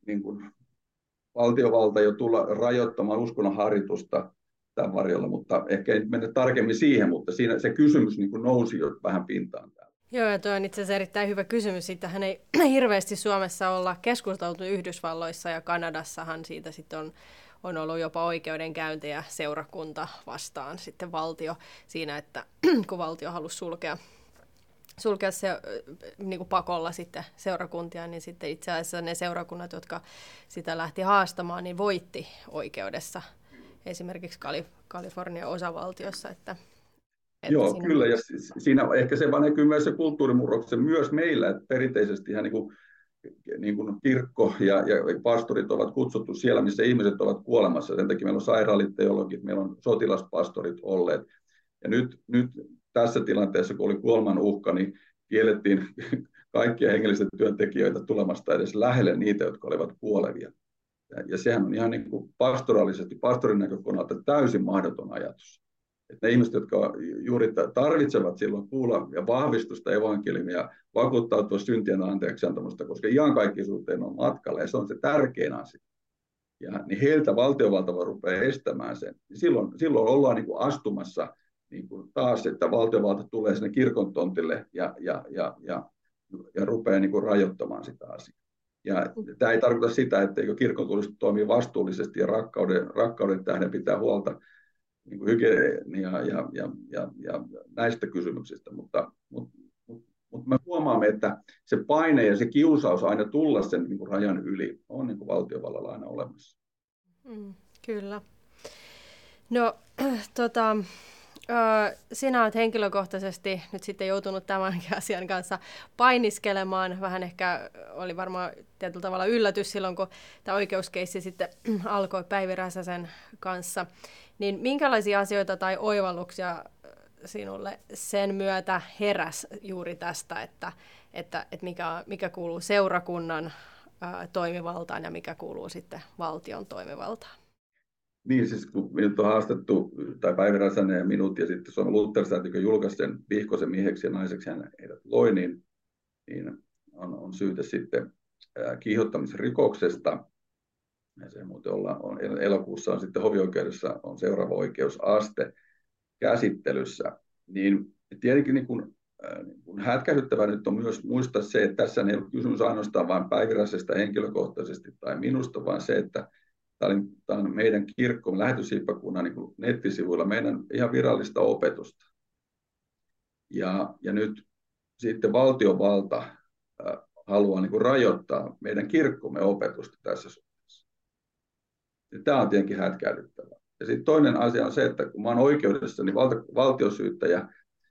niin kuin valtiovalta jo tulla rajoittamaan uskonnon harjoitusta tämän varjolla, mutta ehkä ei mennä tarkemmin siihen, mutta siinä se kysymys niin kuin nousi jo vähän pintaan täällä. Joo, ja tuo on itse asiassa erittäin hyvä kysymys. Siitähän ei hirveästi Suomessa olla keskusteltu. Yhdysvalloissa ja Kanadassahan siitä sitten on ollut jopa oikeudenkäyntejä seurakunta vastaan sitten valtio siinä, että kun valtio halusi sulkea se niin kuin pakolla sitten seurakuntia, niin sitten itse asiassa ne seurakunnat, jotka sitä lähti haastamaan, niin voitti oikeudessa esimerkiksi Kalifornian osavaltiossa. Joo, kyllä, ja siinä ehkä se vaan näkyy myös se kulttuurimurroksen myös meillä, että perinteisesti ihan niin kuin kirkko ja pastorit ovat kutsuttu siellä, missä ihmiset ovat kuolemassa. Sen takia meillä on sairaalit, teologit, meillä on sotilaspastorit olleet. Ja nyt tässä tilanteessa, kun oli kuoleman uhka, niin kiellettiin kaikkia hengellisiä työntekijöitä tulemasta edes lähelle niitä, jotka olivat kuolevia. Ja sehän on ihan niin kuin pastoraalisesti, pastorin näkökulmalta täysin mahdoton ajatus. Että ne ihmiset, jotka juuri tarvitsevat silloin kuulla ja vahvistusta evankeliumia ja vakuuttautua syntien anteeksiantamusta, koska iankaikkisuuteen on matkalla ja se on se tärkein asia. Ja niin heiltä valtiovalta rupeaa estämään sen. Niin silloin ollaan niin kuin astumassa niin kuin taas, että valtiovalta tulee sinne kirkon tontille ja rupeaa niin kuin rajoittamaan sitä asiaa. Ja tämä ei tarkoita sitä, etteikö kirkon tulisi toimia vastuullisesti ja rakkauden tähden pitää huolta niin kuin hygienia ja näistä kysymyksistä, mutta me huomaamme, että se paine ja se kiusaus aina tulla sen niin kuin rajan yli on niin kuin valtiovallalla aina olemassa. Kyllä. No, sinä olet henkilökohtaisesti nyt sitten joutunut tämänkin asian kanssa painiskelemaan. Vähän ehkä oli varmaan tietyllä tavalla yllätys silloin, kun tämä oikeuskeissi sitten alkoi Päivi Räsäsen kanssa. Niin minkälaisia asioita tai oivalluksia sinulle sen myötä heräsi juuri tästä, että mikä kuuluu seurakunnan toimivaltaan ja mikä kuuluu sitten valtion toimivaltaan? Niin, siis kun minut on haastettu, tai Päivi Räsänen ja minut, ja sitten Suomen Luthersäätiö julkaisi sen Vihkosen mieheksi ja naiseksi hän heidät loi, niin on syytä sitten kiihottamisrikoksesta. Ja se muuten elokuussa on sitten hovioikeudessa on seuraava oikeusaste käsittelyssä. Niin tietenkin niin kun hätkähdyttävää nyt on myös muistaa se, että tässä ei ole kysymys ainoastaan vain Päivi Räsäsestä henkilökohtaisesti tai minusta, vaan se, että tämä on meidän kirkko, lähetyshiippakunnan niin nettisivuilla meidän ihan virallista opetusta. Ja nyt sitten valtiovalta haluaa niin kuin rajoittaa meidän kirkkomme opetusta tässä suhteessa. Ja tämä on tietenkin hätkähdyttävää. Ja sitten toinen asia on se, että kun mä olen oikeudessa, niin valtiosyyttäjä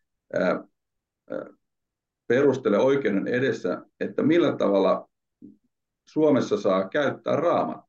perustelee oikeuden edessä, että millä tavalla Suomessa saa käyttää Raamattua.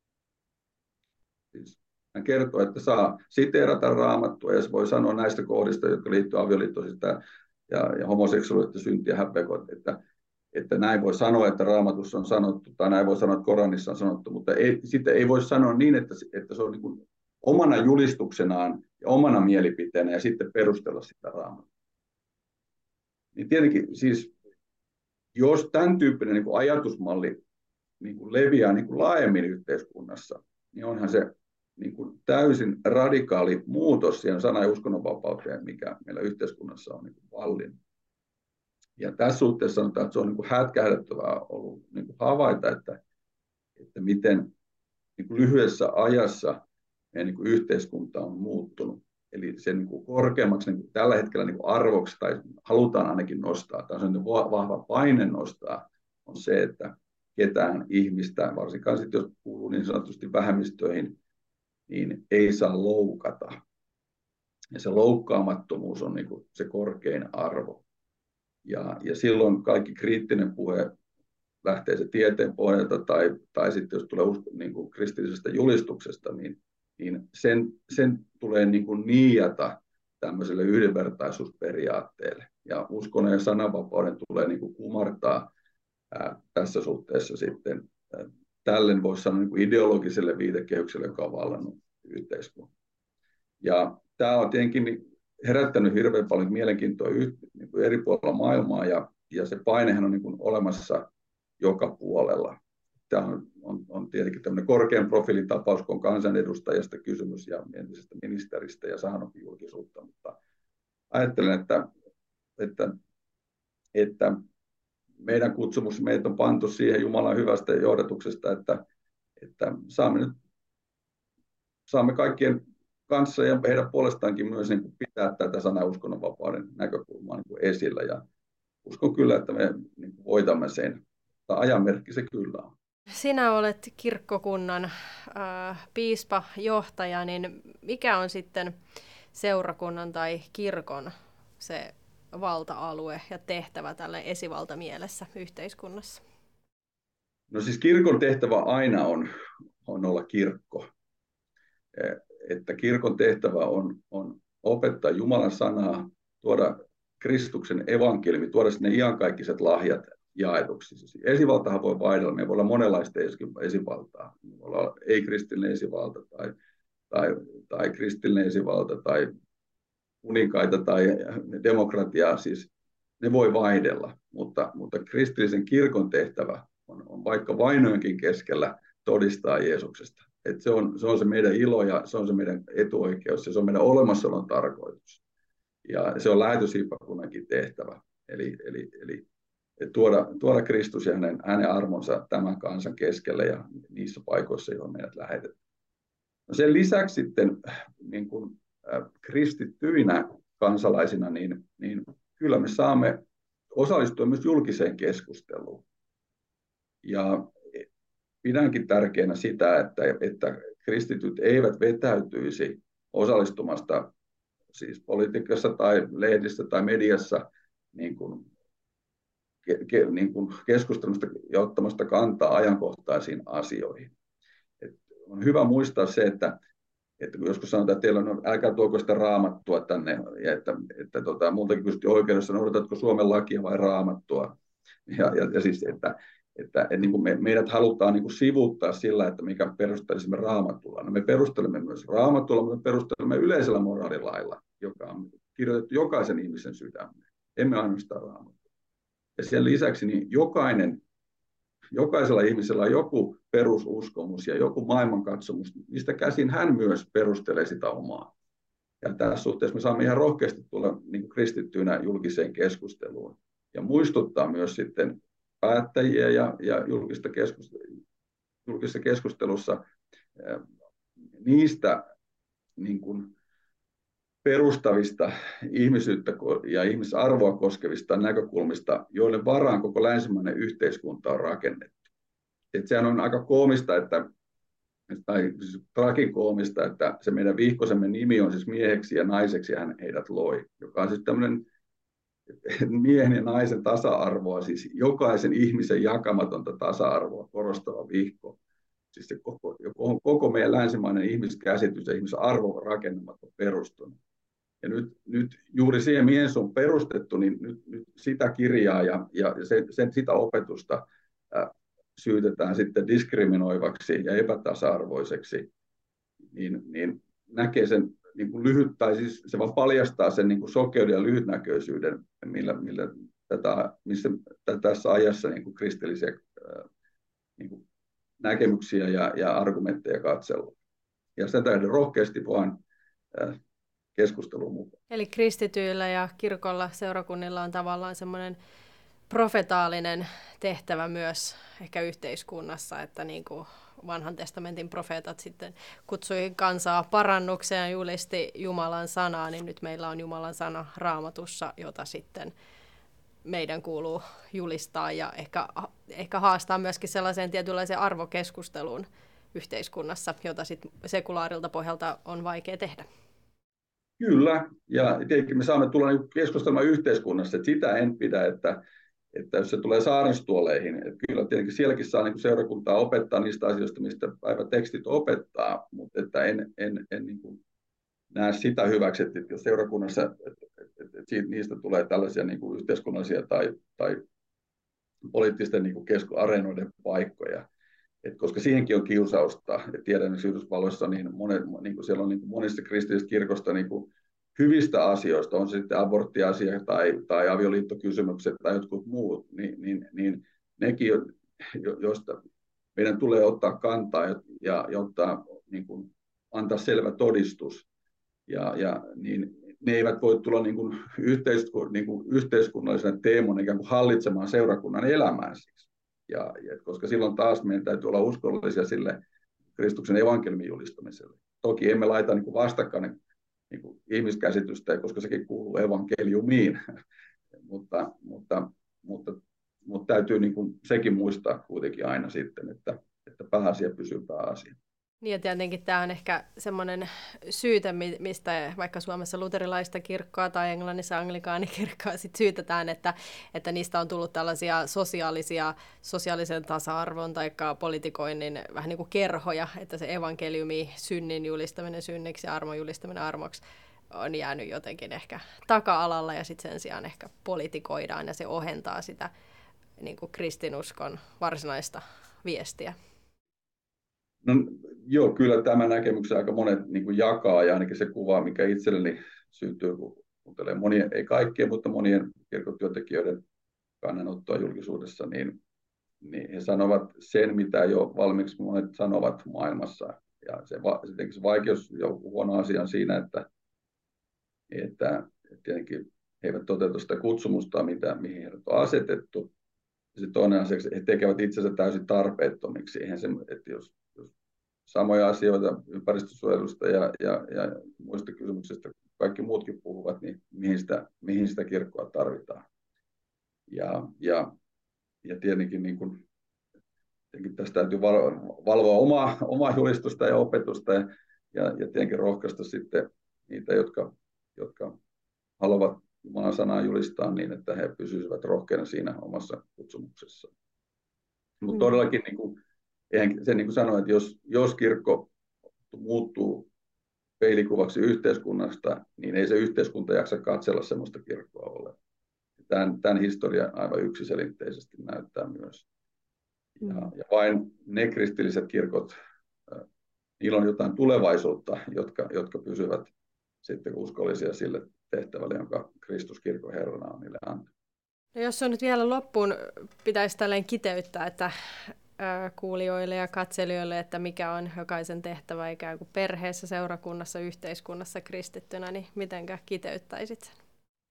Siis hän kertoo, että saa siteerata Raamattua, ja se voi sanoa näistä kohdista, jotka liittyvät avioliittoon ja homoseksuaalisuutta, syntiä, häpeäkoa, että näin voi sanoa, että Raamatussa on sanottu, tai näin voi sanoa, että Koranissa on sanottu, mutta sitten ei voi sanoa niin, että se on niin kuin omana julistuksenaan ja omana mielipiteenä ja sitten perustella sitä Raamattua. Niin tietenkin siis, jos tämän tyyppinen niin kuin ajatusmalli niin kuin leviää niin kuin laajemmin yhteiskunnassa, niin onhan se niin kuin täysin radikaali muutos siihen sana- ja uskonnonvapauteen, mikä meillä yhteiskunnassa on niin kuin vallinnut. Ja tässä suhteessa sanotaan, että se on niin kuin hätkähdyttävää ollut niin kuin havaita, että miten niin kuin lyhyessä ajassa meidän niin kuin yhteiskunta on muuttunut. Eli sen niin kuin korkeammaksi niin kuin tällä hetkellä niin kuin arvoksi, tai halutaan ainakin nostaa, tai on vahva paine nostaa, on se, että ketään ihmistä, varsinkaan sitten jos kuuluu niin sanotusti vähemmistöihin, niin ei saa loukata. Ja se loukkaamattomuus on niin kuin se korkein arvo. Ja silloin kaikki kriittinen puhe lähtee se tieteen pohjalta, tai sitten jos tulee niin kuin kristillisestä julistuksesta, niin sen tulee niin kuin niijata tämmöiselle yhdenvertaisuusperiaatteelle. Ja uskonnon ja sananvapauden tulee niin kuin kumartaa tässä suhteessa sitten tälle voisi sanoa niin kuin ideologiselle viitekehykselle, joka on vallannut yhteiskunnan. Ja tämä on tietenkin herättänyt hirveän paljon mielenkiintoa niin kuin eri puolilla maailmaa, ja se painehan on niin kuin olemassa joka puolella. Tämä on on tietenkin tämmöinen korkean profiilin tapaus, kun on kansanedustajasta kysymys ja entisestä ministeristä ja saanut julkisuutta, mutta ajattelen, että meidän kutsumus, meitä on pantu siihen Jumalan hyvästä johdatuksesta, että saamme kaikkien kanssa ja heidän puolestaankin myös niin kuin pitää tätä sanan uskonnonvapauden näkökulmaa niin kuin esillä. Ja uskon kyllä, että me niin kuin voitamme sen. Ajanmerkki se kyllä on. Sinä olet kirkkokunnan piispajohtaja, niin mikä on sitten seurakunnan tai kirkon se valta-alue ja tehtävä tällä esivaltamielessä yhteiskunnassa? No siis kirkon tehtävä aina on olla kirkko. Että kirkon tehtävä on opettaa Jumalan sanaa, tuoda Kristuksen evankeliumi, tuoda sinne iankaikiset lahjat jaetuksi. Siis esivaltahan voi vaihdella, meillä voi olla monenlaista esivaltaa. Voi olla ei-kristillinen esivalta tai kristillinen esivalta tai kuninkaita tai demokratiaa, siis ne voi vaihdella, mutta kristillisen kirkon tehtävä on vaikka vainojenkin keskellä todistaa Jeesuksesta. Että se on se meidän ilo ja se on se meidän etuoikeus ja se on meidän olemassaolon tarkoitus. Ja se on lähetysiipakunnankin tehtävä, eli tuoda Kristus ja hänen armonsa tämän kansan keskelle ja niissä paikoissa, joihin meidät lähetetään. No sen lisäksi sitten niin kuin kristittyinä kansalaisina, niin kyllä me saamme osallistua myös julkiseen keskusteluun. Ja pidänkin tärkeänä sitä, että kristityt eivät vetäytyisi osallistumasta siis politiikassa tai lehdissä tai mediassa niin kuin keskustelusta ja ottamasta kantaa ajankohtaisiin asioihin. On hyvä muistaa se, että kun joskus sanotaan, että teillä on, älkää tuoko sitä raamattua tänne, ja että multakin kysyttiin oikeudessa, noudatatko Suomen lakia vai raamattua. Ja siis, että niin kuin meidät halutaan niin kuin sivuuttaa sillä, että mikä perustelisimme raamatulla. No me perustelemme myös raamatulla, mutta me perustelemme yleisellä moraalilailla, joka on kirjoitettu jokaisen ihmisen sydämeen. Emme ainoastaan raamattua. Ja sen lisäksi niin jokaisella ihmisellä on joku perususkomus ja joku maailmankatsomus, mistä käsin hän myös perustelee sitä omaa. Ja tässä suhteessa me saamme ihan rohkeasti tulla niin kuin kristittyinä julkiseen keskusteluun ja muistuttaa myös sitten päättäjiä ja julkisessa keskustelussa niistä niin kuin perustavista ihmisyyttä ja ihmisarvoa koskevista näkökulmista, joille varaan koko länsimainen yhteiskunta on rakennettu. Et sehän on aika koomista, tai siis tragikoomista, että se meidän vihkosemme nimi on siis mieheksi ja naiseksi hän heidät loi, joka on siis tämmöinen miehen ja naisen tasa-arvoa, siis jokaisen ihmisen jakamatonta tasa-arvoa korostava vihko. Siis se koko meidän länsimainen ihmiskäsitys ja ihmisarvorakennemat on perustunut. Ja nyt juuri siihen, mihin se on perustettu, niin nyt sitä kirjaa ja sitä opetusta syytetään sitten diskriminoivaksi ja epätasa-arvoisemmaksi, niin näkee sen niin kuin siis se vaan paljastaa sen niin kuin sokeuden ja lyhytnäköisyyden, missä tässä ajassa niin kuin kristillisiä niin kuin näkemyksiä ja argumentteja katsellaan. Ja sen tähden rohkeasti vaan keskusteluun mukaan. Eli kristityillä ja kirkolla, seurakunnilla on tavallaan semmoinen profetaalinen tehtävä myös ehkä yhteiskunnassa, että niin kuin vanhan testamentin profeetat sitten kutsui kansaa parannukseen ja julisti Jumalan sanaa, niin nyt meillä on Jumalan sana Raamatussa, jota sitten meidän kuuluu julistaa ja ehkä haastaa myöskin sellaiseen tietynlaiseen arvokeskusteluun yhteiskunnassa, jota sitten sekulaarilta pohjalta on vaikea tehdä. Kyllä, ja tietenkin me saamme tulla keskustelemaan yhteiskunnassa, että sitä en pidä, että jos se tulee saarnastuoleihin, että kyllä tietenkin sielläkin saa niin kuin seurakuntaa opettaa niistä asioista, mistä päivätekstit opettaa, mutta että en niin kuin näe sitä hyväksi, että jos seurakunnassa että niistä tulee tällaisia niin kuin yhteiskunnallisia tai poliittisten niin kuin areenoiden paikkoja. Koska siihenkin on kiusausta, ja tiedän, että Yhdysvalloissa niin siellä on niin monista kristillisistä kirkosta niin hyvistä asioista, on se sitten aborttiasia tai avioliittokysymykset tai jotkut muut, niin nekin, joista meidän tulee ottaa kantaa ja ottaa, niin kuin, antaa selvä todistus. Niin ne eivät voi tulla niin kuin yhteiskunnallisena teemona ikään kuin hallitsemaan seurakunnan elämää siis. Koska silloin taas meidän täytyy olla uskollisia sille Kristuksen evankeliumin julistamiselle. Toki emme laita niin kuin vastakkain niin kuin ihmiskäsitystä, koska sekin kuuluu evankeliumiin, mutta täytyy niin kuin sekin muistaa kuitenkin aina sitten, että pääasia pysyy pääasia. Niin ja tietenkin tämä on ehkä semmoinen syyte, mistä vaikka Suomessa luterilaista kirkkoa tai Englannissa anglikaanikirkkoa sit syytetään, että niistä on tullut tällaisia sosiaalisen tasa-arvon tai politikoinnin vähän niin kuin kerhoja, että se evankeliumi, synnin julistaminen synniksi ja armon julistaminen armoksi on jäänyt jotenkin ehkä taka-alalla ja sitten sen sijaan ehkä politikoidaan ja se ohentaa sitä niin kuin kristinuskon varsinaista viestiä. No, joo, kyllä tämä näkemyksen aika monet niin kuin jakaa, ja ainakin se kuva, mikä itselleni syntyy, kun kuuntelee monien, ei kaikkien, mutta monien kirkkotyöntekijöiden kannanottoa julkisuudessa, niin he sanovat sen, mitä jo valmiiksi monet sanovat maailmassa. Ja se vaikeus ja huono asia on siinä, että tietenkin he eivät toteuta sitä kutsumusta, mihin heidät on asetettu. Ja se toinen asia, he tekevät itsensä täysin tarpeettomiksi. Eihän se, että jos samoja asioita ympäristösuojelusta ja muista kysymyksistä kaikki muutkin puhuvat, niin mihin sitä kirkkoa tarvitaan. Ja tietenkin, niin kuin, tästä täytyy valvoa omaa julistusta ja opetusta ja tietenkin rohkaista sitten niitä, jotka haluavat Jumalan sanaa julistaa niin, että he pysyisivät rohkeina siinä omassa kutsumuksessaan. Mutta todellakin niin kuin, eihän se niin kuin sanoa, että jos kirkko muuttuu peilikuvaksi yhteiskunnasta, niin ei se yhteiskunta jaksa katsella sellaista kirkkoa ole. Tämän historia aivan yksiselitteisesti näyttää myös. Ja vain ne kristilliset kirkot, niillä on jotain tulevaisuutta, jotka pysyvät sitten uskollisia sille tehtävälle, jonka Kristus kirkon Herrana on niille antanut. No jos on nyt vielä loppuun, pitäisi tällainen kiteyttää, että kuulijoille ja katselijoille, että mikä on jokaisen tehtävä ikään kuin perheessä, seurakunnassa, yhteiskunnassa kristittynä, niin mitenkä kiteyttäisit sen?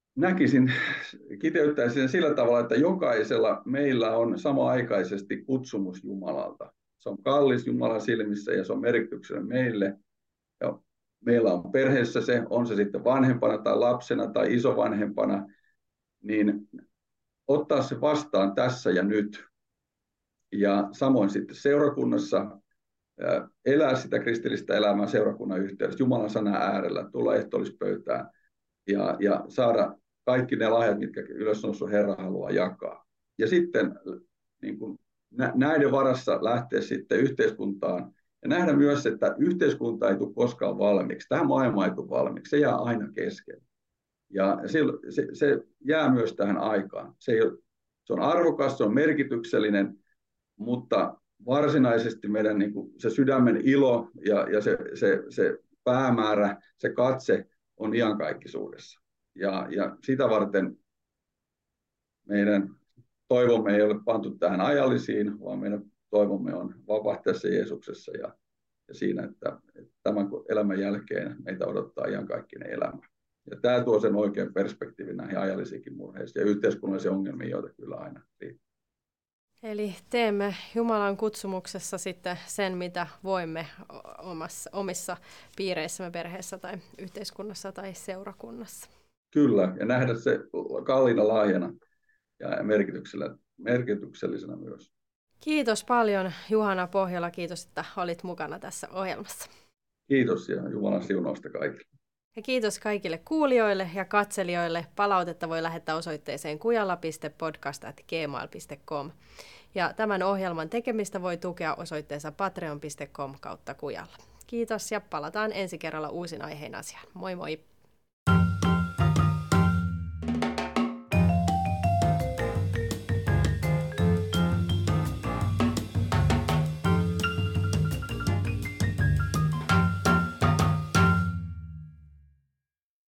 Kiteyttäisin sen sillä tavalla, että jokaisella meillä on samaaikaisesti kutsumus Jumalalta. Se on kallis Jumalan silmissä ja se on merkityksellinen meille. Ja meillä on perheessä se, on se sitten vanhempana tai lapsena tai isovanhempana, niin ottaa se vastaan tässä ja nyt. Ja samoin sitten seurakunnassa elää sitä kristillistä elämää seurakunnan yhteydessä, Jumalan sanan äärellä, tulla ehtoollispöytään ja saada kaikki ne lahjat, mitkä ylösnoussut Herra haluaa jakaa. Ja sitten niin kuin näiden varassa lähteä sitten yhteiskuntaan ja nähdä myös, että yhteiskunta ei tule koskaan valmiiksi. Tämä maailma ei tule valmiiksi, se jää aina kesken. Ja se jää myös tähän aikaan. Se on arvokas, se on merkityksellinen, mutta varsinaisesti meidän niin kuin se sydämen ilo ja se päämäärä, se katse on iankaikkisuudessa. Ja sitä varten meidän toivomme ei ole pantu tähän ajallisiin, vaan meidän toivomme on vapahtaessa Jeesuksessa ja siinä, että tämän elämän jälkeen meitä odottaa iankaikkinen elämä. Ja tämä tuo sen oikean perspektiivin näihin ajallisiinkin murheisiin ja yhteiskunnallisiin ongelmiin, joita kyllä aina riittää. Eli teemme Jumalan kutsumuksessa sitten sen, mitä voimme omissa piireissämme, perheessä tai yhteiskunnassa tai seurakunnassa. Kyllä, ja nähdä se kalliina lahjana ja merkityksellisenä myös. Kiitos paljon Juhana Pohjola, kiitos, että olit mukana tässä ohjelmassa. Kiitos ja Jumalan siunausta kaikille. Ja kiitos kaikille kuulijoille ja katselijoille. Palautetta voi lähettää osoitteeseen kujalla.podcast@gmail.com. Ja tämän ohjelman tekemistä voi tukea osoitteessa patreon.com/kujalla. Kiitos ja palataan ensi kerralla uusin aiheen asiaan. Moi moi!